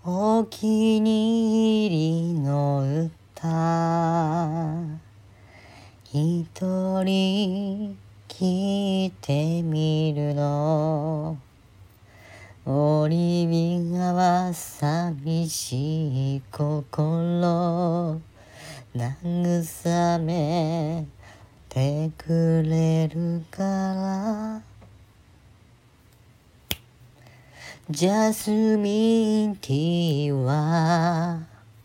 お気に入りの歌一人聞いてみるのオリビアは寂しい心慰めてくれるからジャスミンティーは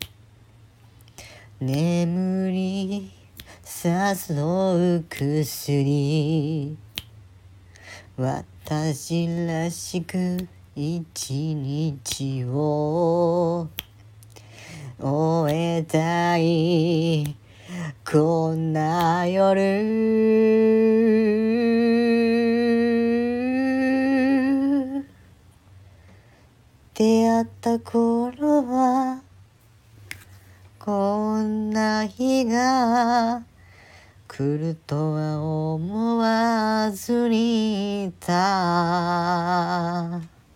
眠り誘う薬私らしく一日を終えたいこんな夜出会った頃はこんな日が来るとは思わずにいた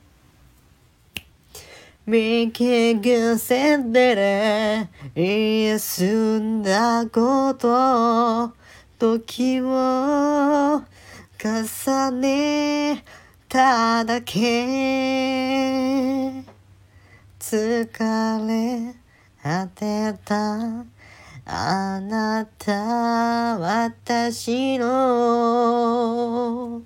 見癖で休んだこと時を重ねただけ疲れ果てたあなた私の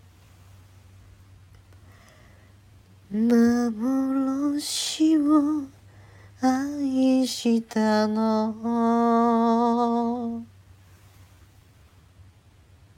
幻を愛したの